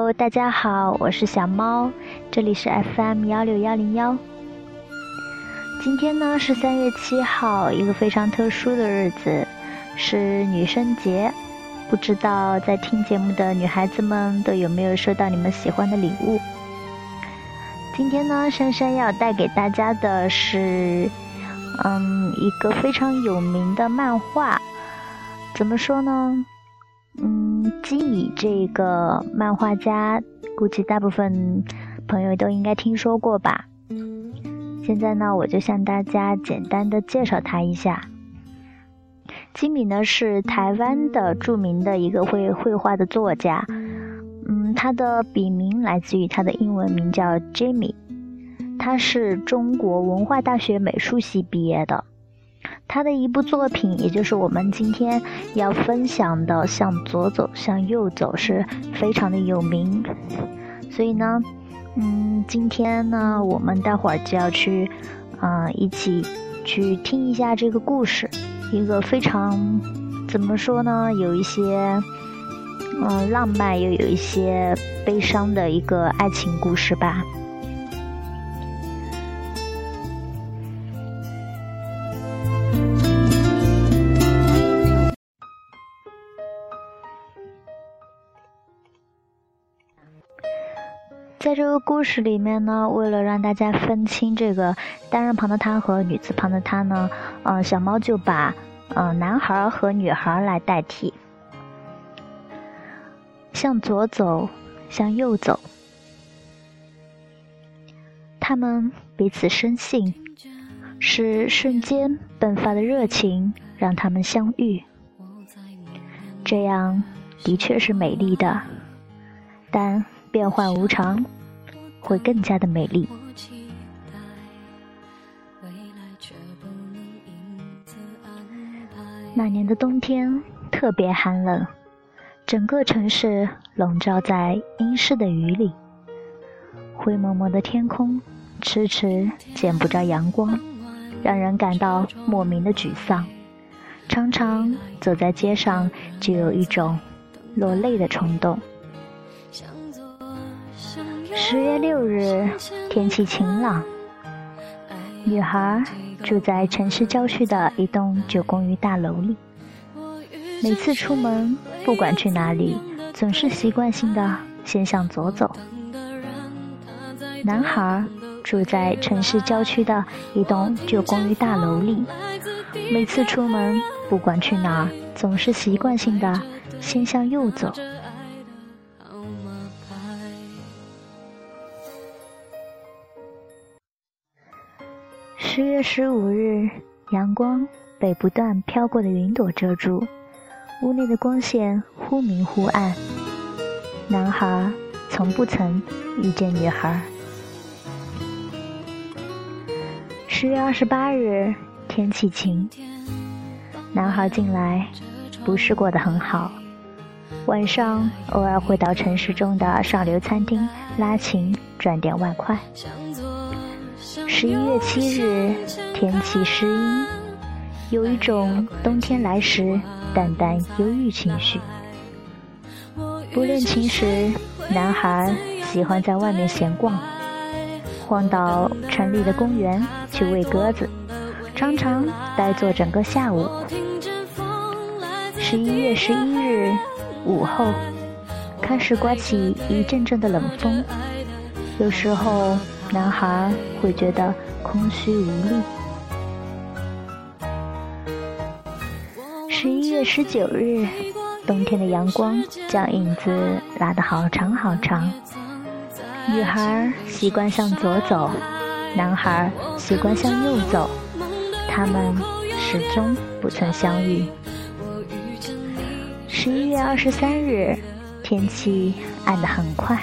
Hello， 大家好，我是小猫，这里是 FM16101。今天呢是3月7号，一个非常特殊的日子，是女生节。不知道在听节目的女孩子们都有没有收到你们喜欢的礼物？今天呢，珊珊要带给大家的是，一个非常有名的漫画。怎么说呢？基米这个漫画家，估计大部分朋友都应该听说过吧。现在呢，我就向大家简单的介绍他一下。基米呢是台湾的著名的一个绘画的作家，他的笔名来自于他的英文名叫 Jamie， 他是中国文化大学美术系毕业的。他的一部作品，也就是我们今天要分享的《向左走，向右走》，是非常的有名。所以呢，今天呢，我们待会儿就要去，一起去听一下这个故事，一个非常怎么说呢，有一些浪漫，又有一些悲伤的一个爱情故事吧。在这个故事里面呢，为了让大家分清这个单人旁的他和女字旁的他呢，小猫就把男孩和女孩来代替。向左走，向右走，他们彼此深信，是瞬间迸发的热情让他们相遇。这样的确是美丽的，但变幻无常会更加的美丽。那年的冬天特别寒冷，整个城市笼罩在阴湿的雨里，灰蒙蒙的天空迟迟见不着阳光，让人感到莫名的沮丧。常常走在街上，就有一种落泪的冲动。10月6日，天气晴朗。女孩住在城市郊区的一栋9公寓大楼里。每次出门，不管去哪里，总是习惯性的先向左走。男孩住在城市郊区的一栋9公寓大楼里。每次出门，不管去哪儿，总是习惯性的先向右走。10月15日，阳光被不断飘过的云朵遮住，屋内的光线忽明忽暗。男孩从不曾遇见女孩。10月28日，天气晴。男孩近来不是过得很好，晚上偶尔会到城市中的上流餐厅拉琴赚点外快。11月7日，天气湿阴，有一种冬天来时淡淡忧郁情绪。不练琴时，男孩喜欢在外面闲逛，晃到城里的公园去喂鸽子，常常呆坐整个下午。11月11日，午后开始刮起一阵阵的冷风，有时候男孩会觉得空虚无力。11月19日，冬天的阳光将影子拉得好长好长。女孩习惯向左走，男孩习惯向右走，他们始终不曾相遇。11月23日，天气暗得很快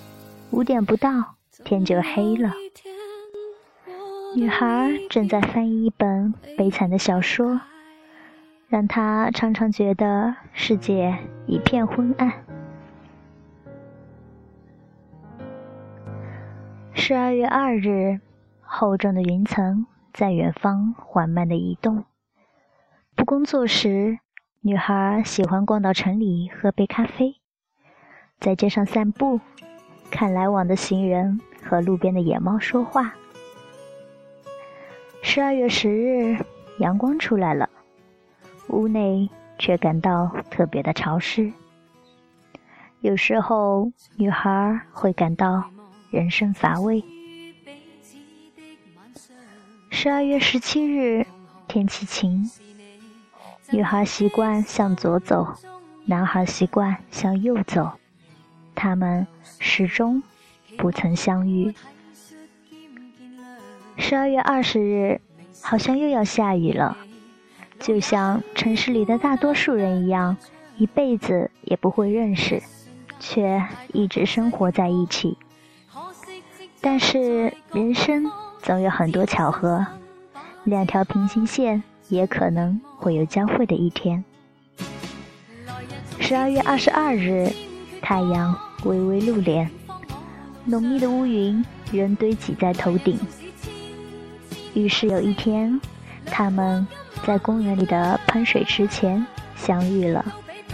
，5点不到天就黑了。女孩正在翻译一本悲惨的小说，让她常常觉得世界一片昏暗。12月2日，厚重的云层在远方缓慢地移动。不工作时，女孩喜欢逛到城里喝杯咖啡， 在街上散步，看来往的行人和路边的野猫说话。12月10日，阳光出来了，屋内却感到特别的潮湿。有时候，女孩会感到人生乏味。12月17日，天气晴，女孩习惯向左走，男孩习惯向右走，他们始终不曾相遇。12月20日，好像又要下雨了，就像城市里的大多数人一样，一辈子也不会认识，却一直生活在一起。但是人生总有很多巧合，两条平行线也可能会有交汇的一天。12月22日，太阳微微露脸，浓密的乌云仍堆积在头顶。于是有一天，他们在公园里的喷水池前相遇了。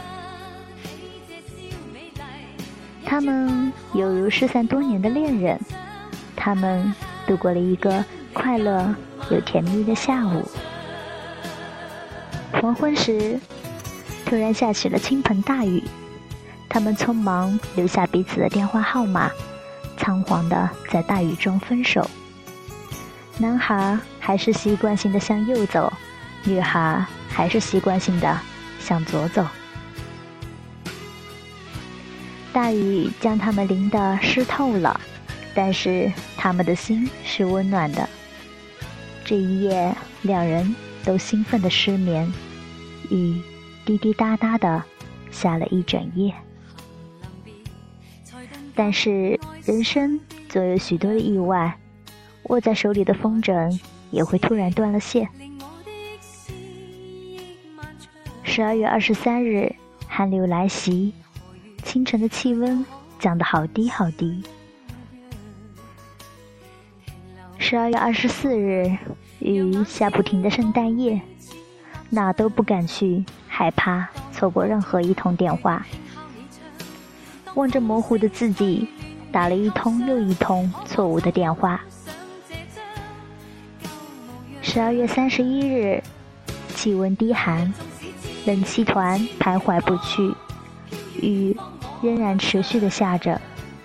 他们犹如失散多年的恋人，他们度过了一个快乐又甜蜜的下午。黄昏时，突然下起了倾盆大雨，他们匆忙留下彼此的电话号码，仓皇地在大雨中分手。男孩还是习惯性的向右走，女孩还是习惯性的向左走。大雨将他们淋得湿透了，但是他们的心是温暖的。这一夜，两人都兴奋地失眠，雨滴滴答答地下了一整夜。但是人生总有许多的意外，握在手里的风筝也会突然断了线。12月23日，寒流来袭，清晨的气温降得好低好低。12月24日，雨下不停的圣诞夜，哪都不敢去，害怕错过任何一通电话。望着模糊的自己，打了一通又一通错误的电话。12月31日，气温低寒，冷气团徘徊不去，雨仍然持续地下着。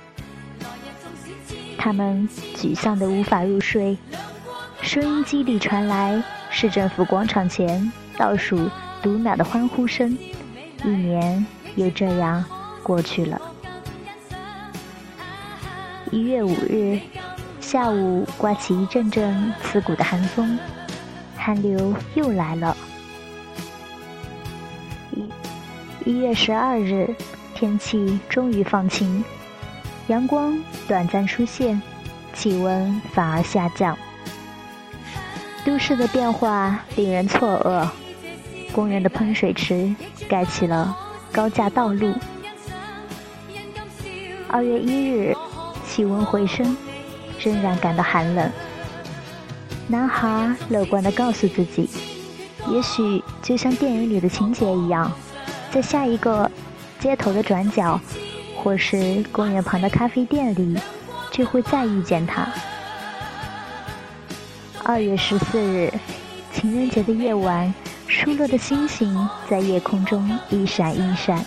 他们沮丧得无法入睡，收音机里传来市政府广场前倒数读秒的欢呼声。一年又这样过去了。1月5日，下午刮起一阵阵刺骨的寒风，寒流又来了。1月12日，天气终于放晴，阳光短暂出现，气温反而下降。都市的变化令人错愕，公园的喷水池盖起了高架道路。2月1日，气温回升，仍然感到寒冷。男孩乐观地告诉自己，也许就像电影里的情节一样，在下一个街头的转角，或是公园旁的咖啡店里，就会再遇见他。2月14日，情人节的夜晚，疏落的星星在夜空中一闪一闪。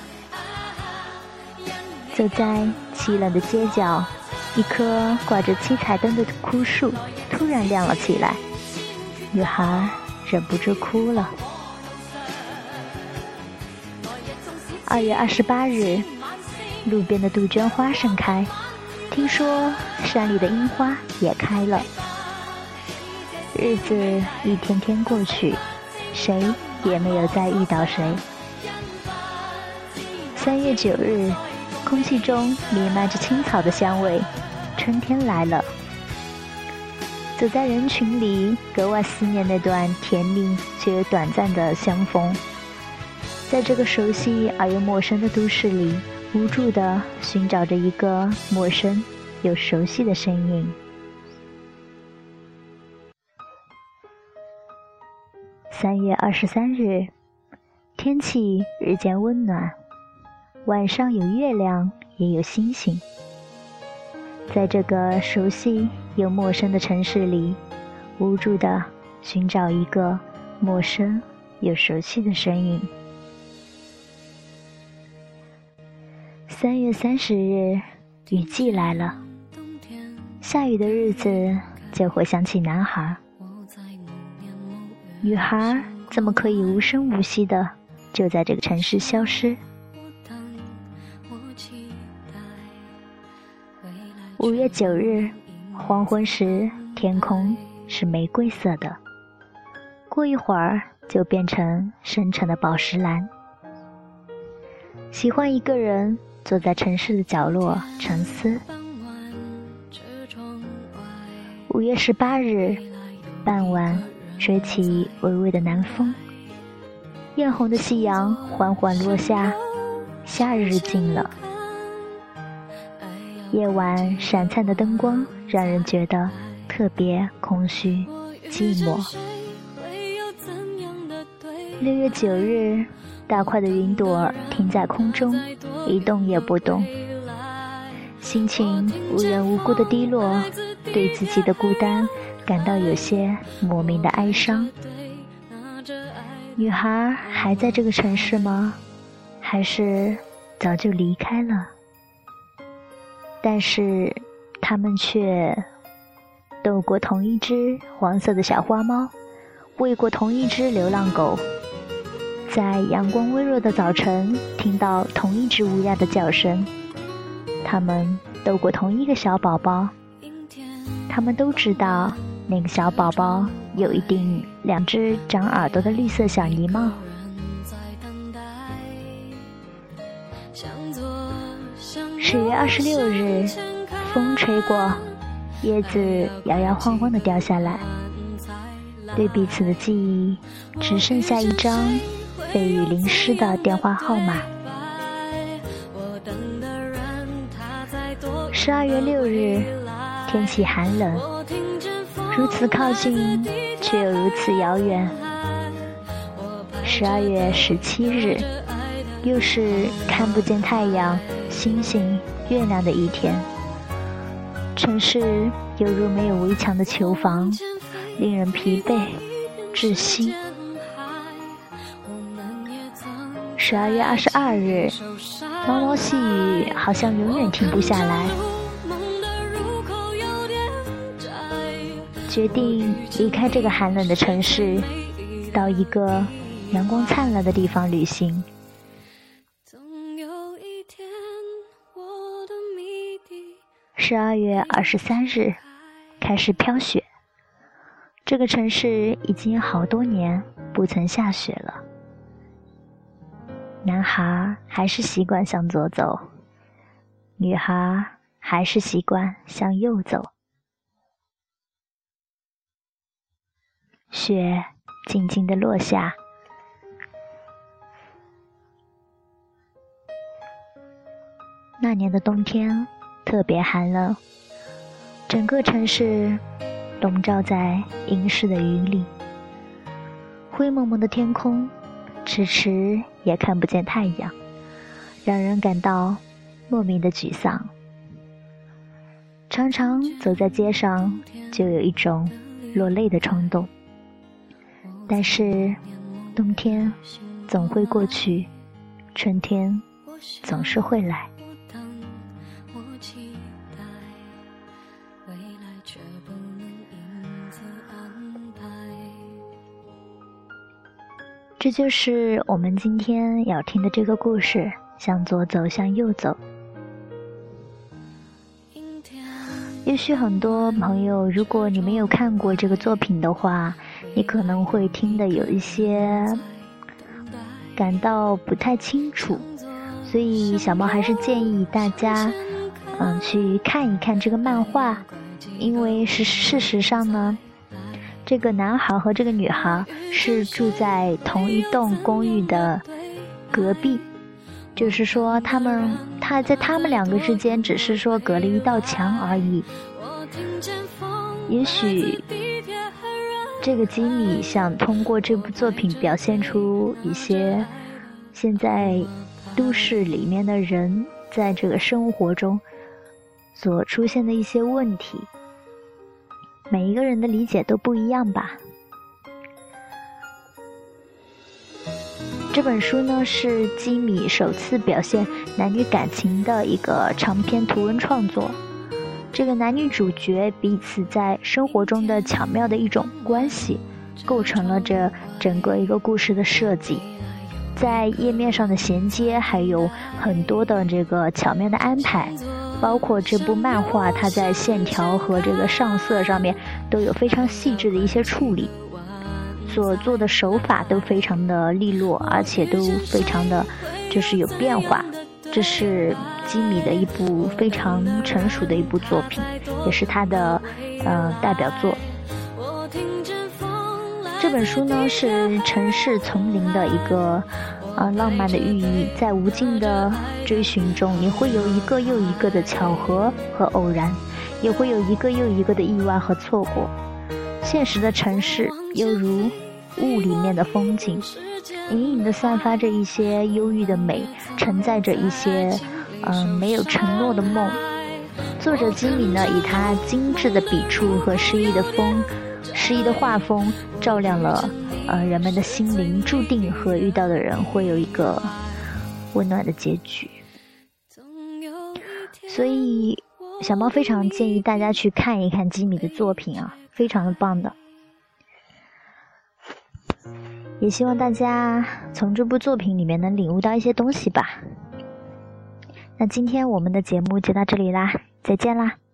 走在凄冷的街角，一棵挂着七彩灯的枯树突然亮了起来，女孩忍不住哭了。2月28日，路边的杜鹃花盛开，听说山里的樱花也开了。日子一天天过去，谁也没有再遇到谁。3月9日，空气中弥漫着青草的香味，春天来了。走在人群里，格外思念那段甜蜜却又短暂的相逢。在这个熟悉而又陌生的都市里，无助地寻找着一个陌生又熟悉的身影。3月23日，天气日渐温暖，晚上有月亮， 也有星星。在这个熟悉又陌生的城市里，无助地寻找一个陌生又熟悉的身影。3月30日，雨季来了。下雨的日子就会想起男孩。女孩怎么可以无声无息的就在这个城市消失？5月9日，黄昏时，天空是玫瑰色的，过一会儿就变成深沉的宝石蓝。喜欢一个人坐在城市的角落沉思。5月18日，傍晚吹起微微的南风，艳红的夕阳缓缓落下，夏日近了。夜晚闪灿的灯光让人觉得特别空虚寂寞。6月9日，大块的云朵停在空中，一动也不动，心情无缘无故的低落，对自己的孤单感到有些莫名的哀伤。女孩还在这个城市吗？还是早就离开了？但是他们却斗过同一只黄色的小花猫，喂过同一只流浪狗，在阳光微弱的早晨听到同一只乌鸦的叫声。他们斗过同一个小宝宝，他们都知道那个小宝宝有一顶2只长耳朵的绿色小呢帽。10月26日，风吹过，叶子摇摇晃晃地掉下来，对彼此的记忆只剩下一张被雨淋湿的电话号码。12月6日，天气寒冷，如此靠近，却又如此遥远。12月17日，又是看不见太阳、星星、月亮的一天。城市犹如没有围墙的囚房，令人疲惫、窒息。12月22日，毛毛细雨好像永远停不下来。决定离开这个寒冷的城市，到一个阳光灿烂的地方旅行。12月23日，开始飘雪。这个城市已经好多年不曾下雪了。男孩还是习惯向左走，女孩还是习惯向右走。雪静静地落下，那年的冬天特别寒冷，整个城市笼罩在阴湿的云里，灰蒙蒙的天空，迟迟也看不见太阳，让人感到莫名的沮丧。常常走在街上，就有一种落泪的冲动。但是冬天总会过去，春天总是会来。这就是我们今天要听的这个故事，向左走，向右走。也许很多朋友，如果你没有看过这个作品的话，你可能会听得有一些感到不太清楚，所以小猫还是建议大家去看一看这个漫画。因为事实上呢，这个男孩和这个女孩是住在同一栋公寓的隔壁，就是说他在他们两个之间只是说隔了一道墙而已。也许这个吉米想通过这部作品表现出一些现在都市里面的人在这个生活中所出现的一些问题。每一个人的理解都不一样吧。这本书呢是基米首次表现男女感情的一个长篇图文创作。这个男女主角彼此在生活中的巧妙的一种关系，构成了这整个一个故事的设计。在页面上的衔接还有很多的这个巧妙的安排，包括这部漫画它在线条和这个上色上面都有非常细致的一些处理，所做的手法都非常的利落，而且都非常的就是有变化。这是基米的一部非常成熟的一部作品，也是他的代表作。这本书呢是城市丛林的一个浪漫的寓意，在无尽的追寻中，你会有一个又一个的巧合和偶然，也会有一个又一个的意外和错过。现实的城市犹如雾里面的风景，隐隐地散发着一些忧郁的美，承载着一些没有承诺的梦。作者基米呢，以他精致的笔触和诗意的画风，照亮了人们的心灵，注定和遇到的人会有一个温暖的结局。所以小猫非常建议大家去看一看基米的作品啊，非常的棒的。也希望大家从这部作品里面能领悟到一些东西吧。那今天我们的节目就到这里啦，再见啦。